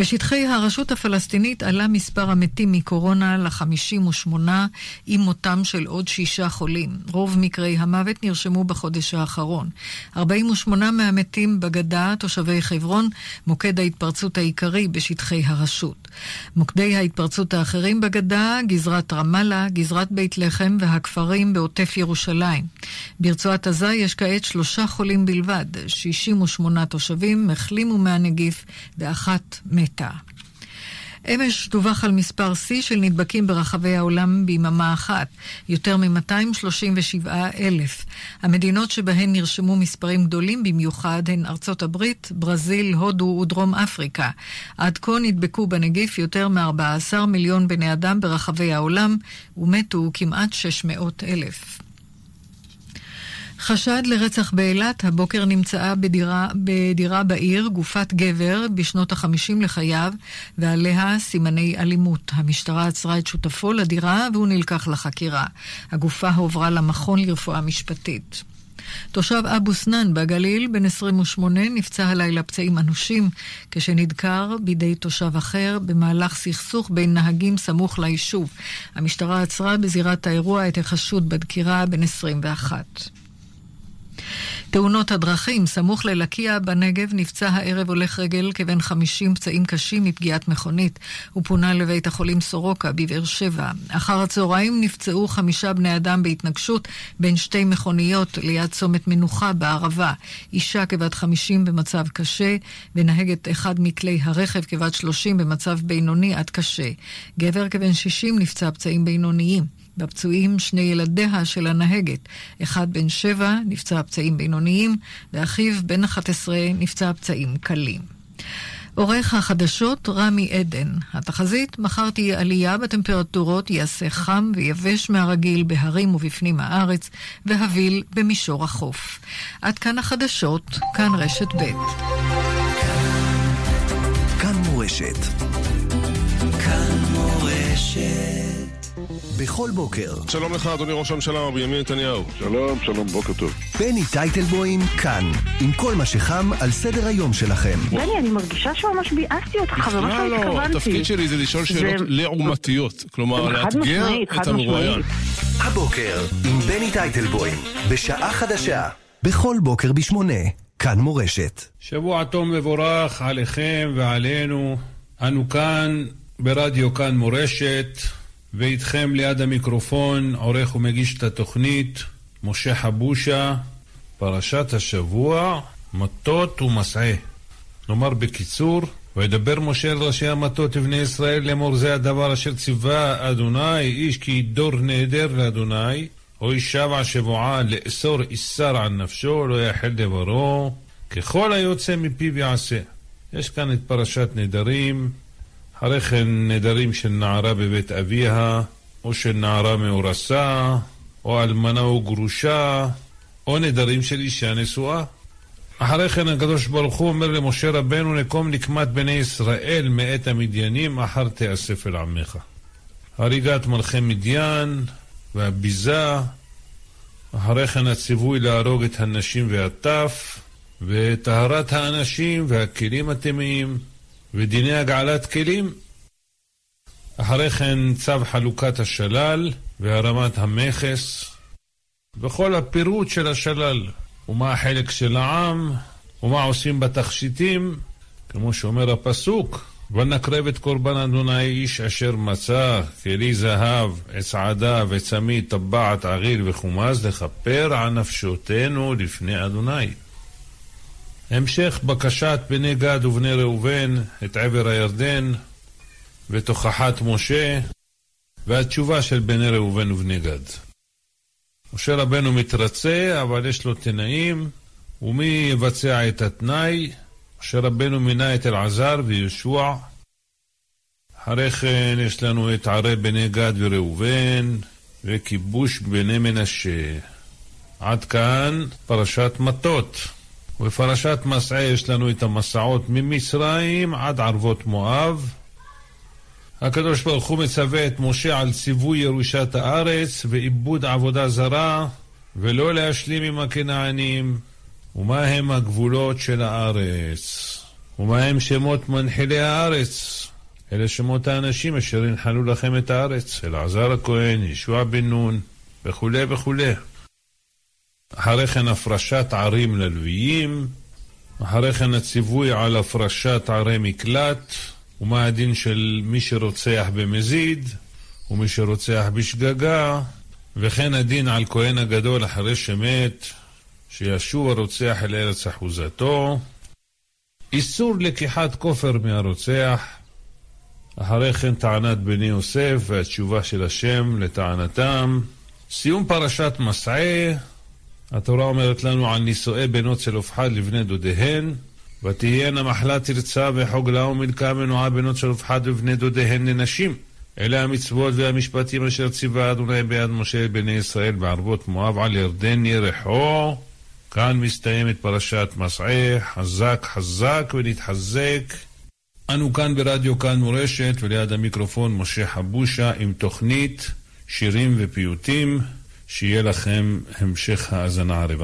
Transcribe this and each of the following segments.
בשטחי הרשות הפלסטינית עלה מספר המתים מקורונה ל-58 עם מותם של עוד 6 חולים. רוב מקרי המוות נרשמו בחודש האחרון. 48 מהמתים בגדה, תושבי חברון, מוקד ההתפרצות העיקרי בשטחי הרשות. מוקדי ההתפרצות האחרים בגדה, גזרת רמאללה, גזרת בית לחם והכפרים בעוטף ירושלים. ברצועת עזה יש כעת 3 חולים בלבד, 68 תושבים החלימו מהנגיף ואחת מתה. אמש דווח על מספר שיא של נדבקים ברחבי העולם ביממה אחת, יותר מ-237,000. המדינות שבהן נרשמו מספרים גדולים במיוחד הן ארצות הברית, ברזיל, הודו ודרום אפריקה. עד כה נדבקו בנגיף יותר מ-14 מיליון בני אדם ברחבי העולם ומתו כמעט 600,000. חשד לרצח באילת, הבוקר נמצאה בדירה בעיר גופת גבר בשנות ה-50 לחייו ועליה סימני אלימות. המשטרה עצרה את שותפו לדירה והוא נלקח לחקירה. הגופה הועברה למכון לרפואה משפטית. תושב אבו סנן בגליל, בן 28, נפצע הלילה פצעים אנושים כשנדקר בידי תושב אחר במהלך סכסוך בין נהגים סמוך ליישוב. המשטרה עצרה בזירת האירוע את החשוד בדקירה, בן 21. תאונות הדרכים, סמוך ללקיה בנגב נפצע הערב הולך רגל כבן 50 פצעים קשים מפגיעת מכונית. הוא פונה לבית החולים סורוקה בבאר שבע. אחר הצהריים נפצעו 5 בני אדם בהתנגשות בין 2 מכוניות ליד צומת מנוחה בערבה. אישה כבת 50 במצב קשה ונהגת אחד מכלי הרכב כבת 30 במצב בינוני עד קשה. גבר כבן 60 נפצע פצעים בינוניים. בפצועים 2 ילדיה של הנהגת, אחד בן 7 נפצע פצעים בינוניים, ואחיו בן 11 נפצע פצעים קלים. עורך החדשות רמי עדן. התחזית, מחר תהיה עלייה בטמפרטורות, יעשה חם ויבש מהרגיל בהרים ובפנים הארץ, והביל במישור החוף. עד כאן החדשות, כאן רשת ב'. כאן מורשת. כאן מורשת. בכל בוקר. שלום לך, אדוני ראש הממשלה, בנימין נתניהו. שלום, בוקר טוב. בני טייטלבוים כאן, עם כל מה שחם על סדר היום שלכם. בני, אני מרגישה שממש ביאסתי אותך, ממש לא התכוונתי. התפקיד שלי זה לשאול שאלות לעומתיות, כלומר, לאתגר את המרואיין. הבוקר, עם בני טייטלבוים, בשעה חדשה, בכל בוקר ב8, כאן מורשת. שבוע טוב מבורך עליכם ועלינו. אנו כאן ברדיו כאן מורשת, ואיתכם ליד המיקרופון עורך ומגיש את התוכנית משה חבושה. פרשת השבוע, מטות ומסעה. נאמר בקיצור, וידבר משה אל ראשי המטות לבני ישראל לאמור, זה הדבר אשר ציווה אדוני, איש כי ידור נהדר לאדוני, או ישבע שבועה לאסור איסר על נפשו, לא יחל דברו, ככל היוצא מפיו יעשה. יש כאן את פרשת נדרים, אחרי כן נדרים של נערה בבית אביה, או של נערה מאורסה, או אלמנה או גרושה, או נדרים של אישה נשואה. אחרי כן הקדוש ברוך הוא אומר למשה רבנו, נקום נקמת בני ישראל מאת המדיינים, אחר תאסף אל עמך. הריגת מלכי מדיין והביזה, אחרי כן הציווי להרוג את הנשים והטף, וטהרת האנשים והכלים הטמאים, ודיני הגעלת כלים. אחרי כן צו חלוקת השלל והרמת המכס, וכל הפירוט של השלל, ומה החלק של העם, ומה עושים בתכשיטים, כמו שאומר הפסוק, ונקרב את קורבן אדוני איש אשר מצא, כלי זהב, עץ עדה וצמית, טבעת, עגיל וחומז, לכפר על נפשותנו לפני אדוני. המשך בקשת בני גד ובני ראובן את עבר הירדן ותוכחת משה והתשובה של בני ראובן ובני גד. משה רבנו מתרצה, אבל יש לו תנאים, ומי יבצע את התנאי? משה רבנו מינה את אלעזר וישוע. אחרי כן יש לנו את ערי בני גד וראובן וכיבוש בני מנשה. עד כאן פרשת מטות. ובפרשת מסעה יש לנו את המסעות ממצרים עד ערבות מואב. הקדוש ברוך הוא מצווה את משה על ציווי ירושת הארץ ועיבוד עבודה זרה, ולא להשלים עם הכנענים. ומה הם הגבולות של הארץ? ומהם שמות מנחילי הארץ? אלה שמות האנשים אשר ינחלו לכם את הארץ, אלעזר הכהן, ישוע בן נון, וכו' וכו'. אחרי כן הפרשת ערים ללוויים, אחרי כן הציווי על הפרשת ערי מקלט, ומה הדין של מי שרוצח במזיד, ומי שרוצח בשגגה, וכן הדין על כהן הגדול אחרי שמת, שישוב הרוצח אל ארץ אחוזתו, איסור לקיחת כופר מהרוצח, אחרי כן טענת בני יוסף והתשובה של השם לטענתם, סיום פרשת מסעי, התורה אומרת לנו על נישואי בנות צלופחד לבני דודיהן, ותהיינה מחלה תרצה וחוגלה ומלכה מנועה בנות צלופחד ובני דודיהן לנשים. אלה המצוות והמשפטים אשר ציווה אדוני ביד משה בני ישראל בערבות מואב על ירדן ירחו. כאן מסתיימת פרשת מסעי, חזק חזק ונתחזק. אנו כאן ברדיו כאן מורשת, וליד המיקרופון משה חבושה עם תוכנית שירים ופיוטים. שיהיה לכם המשך האזנה ערבה.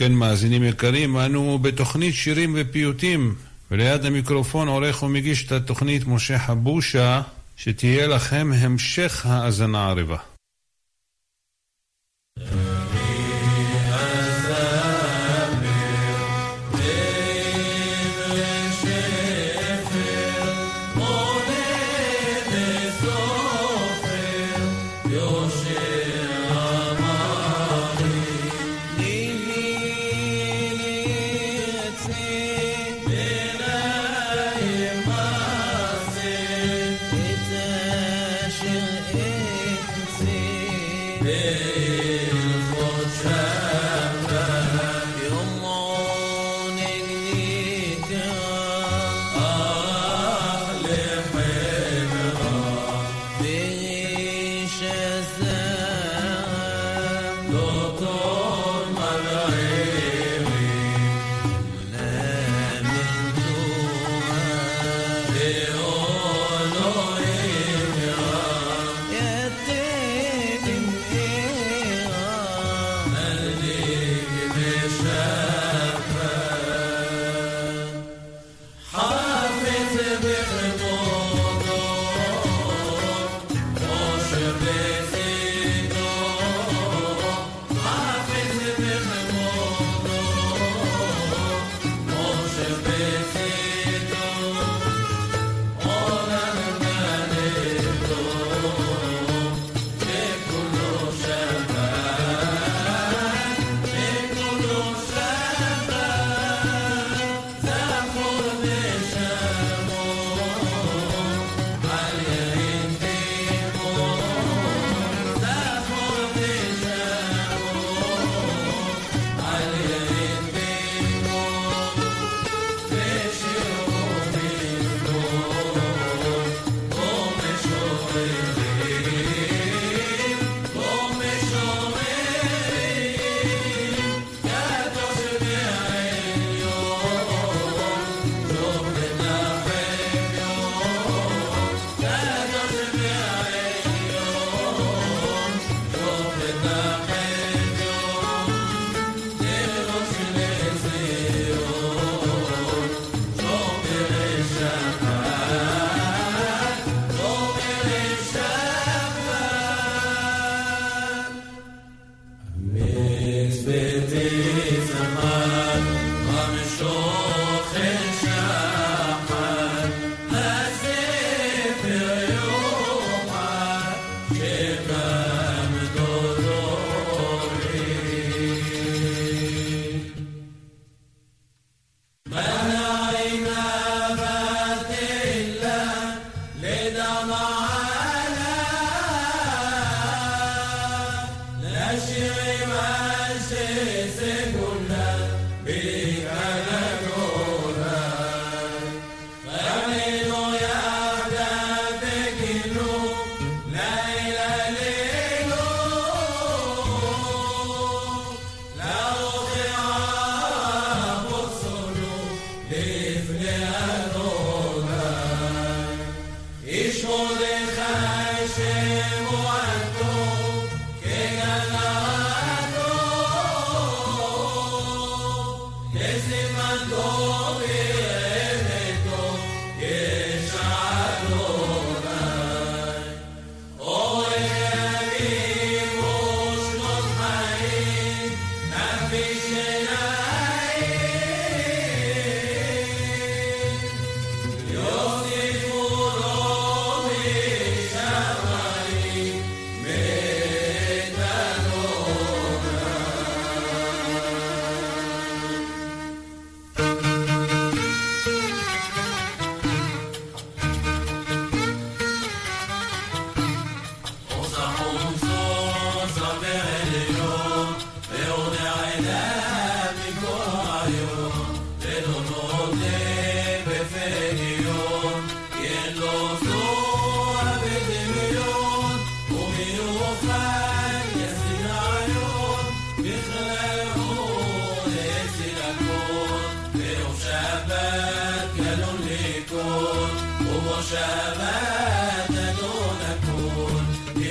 כן, מאזינים יקרים, אנו בתוכנית שירים ופיוטים, וליד המיקרופון עורך ומגיש את התוכנית משה חבושה, שתהיה לכם המשך האזנה ערבה.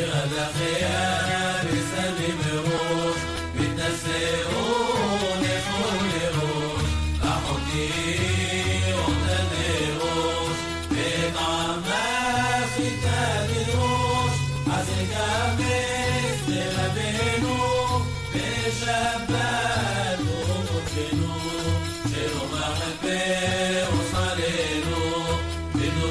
מתנשאו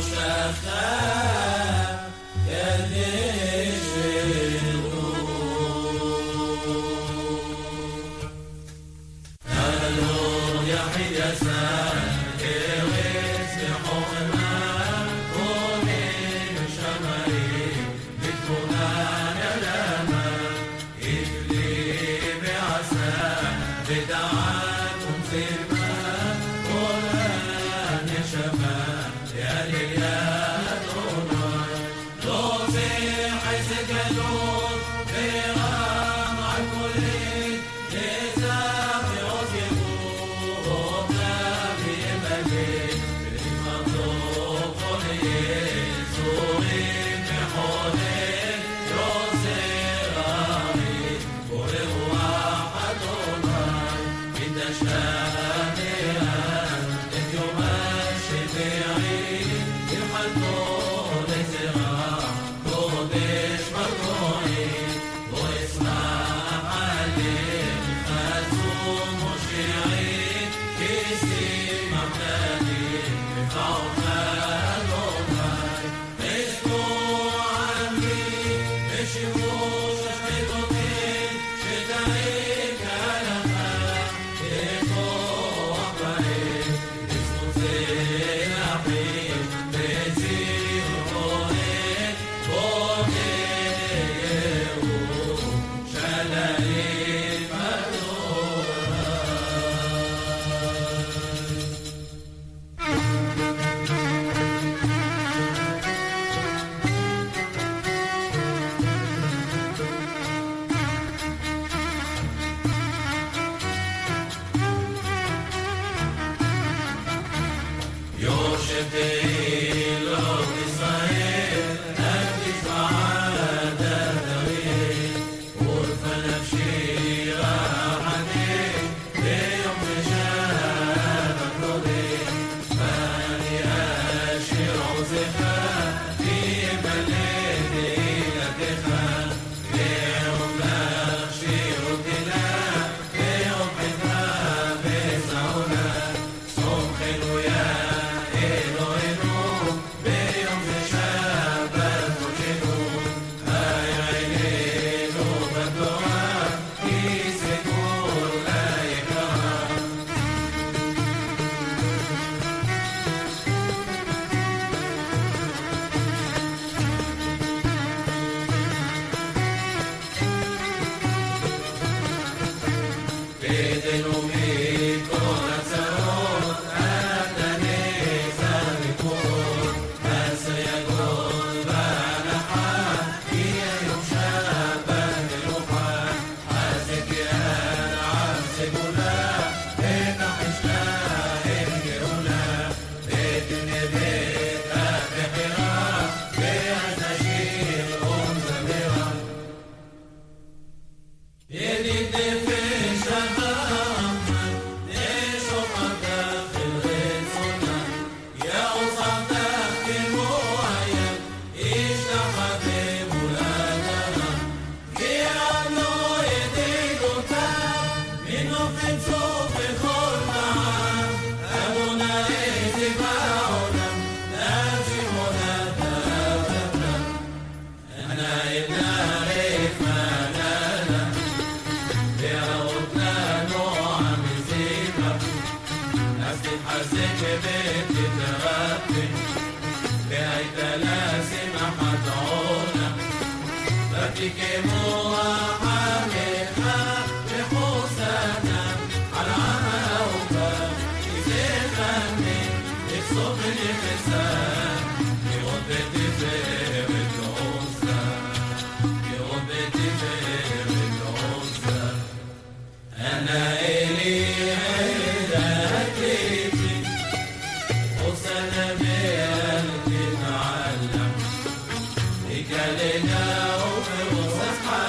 Kalena over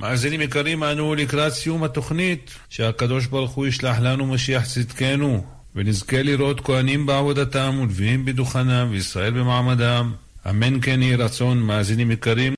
מאזינים יקרים, אנו לקראת סיום התוכנית, שהקדוש ברוך הוא ישלח לנו משיח צדקנו, ונזכה לראות כהנים בעבודתם ולוויים בדוכנם וישראל במעמדם. אמן כן יהי רצון. מאזינים יקרים,